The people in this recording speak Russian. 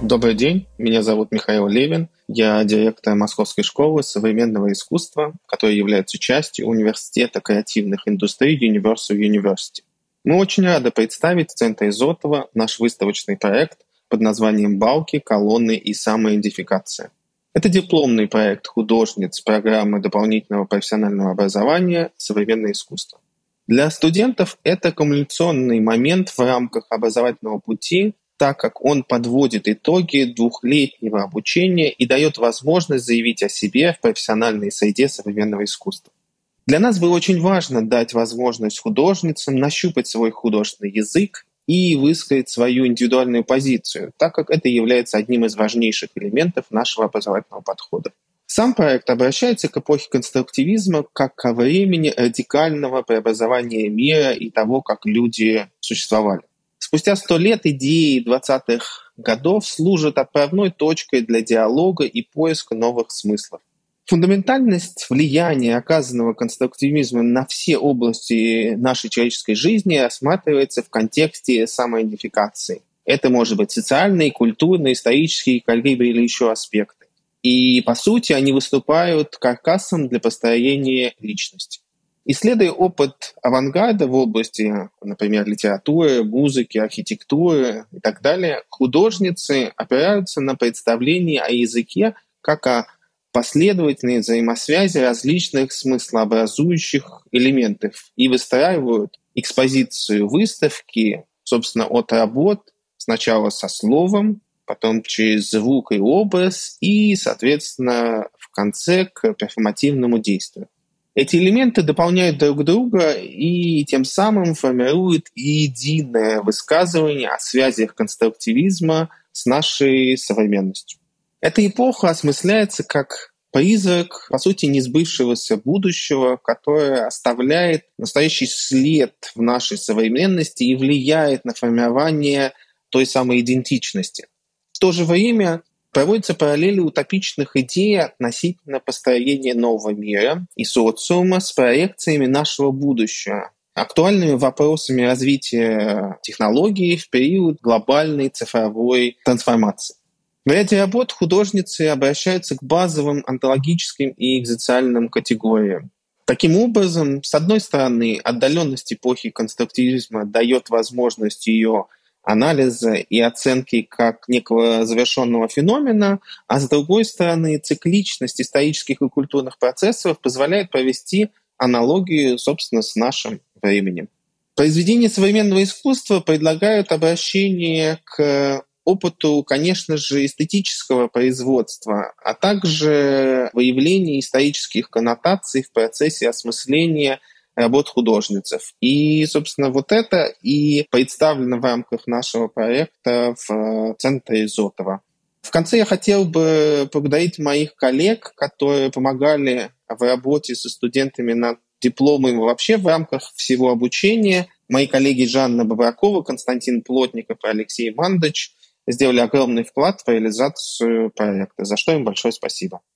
Добрый день, меня зовут Михаил Левин, я директор Московской школы современного искусства, которая является частью Университета креативных индустрий Universal University. Мы очень рады представить в Центре Изотова наш выставочный проект под названием «Балки, колонны и самоидентификация». Это дипломный проект художниц программы дополнительного профессионального образования «Современное искусство». Для студентов это кумуляционный момент в рамках образовательного пути, так как он подводит итоги двухлетнего обучения и дает возможность заявить о себе в профессиональной среде современного искусства. Для нас было очень важно дать возможность художницам нащупать свой художественный язык и высказать свою индивидуальную позицию, так как это является одним из важнейших элементов нашего образовательного подхода. Сам проект обращается к эпохе конструктивизма как ко времени радикального преобразования мира и того, как люди существовали. Спустя 100 лет идеи 20-х годов служат отправной точкой для диалога и поиска новых смыслов. Фундаментальность влияния, оказанного конструктивизмом на все области нашей человеческой жизни, рассматривается в контексте самоидентификации. Это может быть социальные, культурные, исторические, какие-либо или еще аспекты. И, по сути, они выступают каркасом для построения личности. Исследуя опыт авангарда в области, например, литературы, музыки, архитектуры и так далее, художницы опираются на представление о языке как о последовательной взаимосвязи различных смыслообразующих элементов и выстраивают экспозицию выставки, собственно, от работ сначала со словом, потом через звук и образ и, соответственно, в конце к перформативному действию. Эти элементы дополняют друг друга и тем самым формируют единое высказывание о связях конструктивизма с нашей современностью. Эта эпоха осмысляется как призрак, по сути, несбывшегося будущего, которое оставляет настоящий след в нашей современности и влияет на формирование той самой идентичности. В то же время проводятся параллели утопичных идей относительно построения нового мира и социума с проекциями нашего будущего, актуальными вопросами развития технологий в период глобальной цифровой трансформации. В ряде работ художницы обращаются к базовым онтологическим и экзистенциальным категориям. Таким образом, с одной стороны, отдаленность эпохи конструктивизма дает возможность ее анализа и оценки как некого завершенного феномена, а с другой стороны, цикличность исторических и культурных процессов позволяет провести аналогию, собственно, с нашим временем. Произведения современного искусства предлагают обращение к опыту, конечно же, эстетического производства, а также выявление исторических коннотаций в процессе осмысления работ художниц. И, собственно, вот это и представлено в рамках нашего проекта в Центре Изотова. В конце я хотел бы поблагодарить моих коллег, которые помогали в работе со студентами над дипломом вообще в рамках всего обучения. Мои коллеги Жанна Бабракова, Константин Плотников и Алексей Мандыч сделали огромный вклад в реализацию проекта, за что им большое спасибо.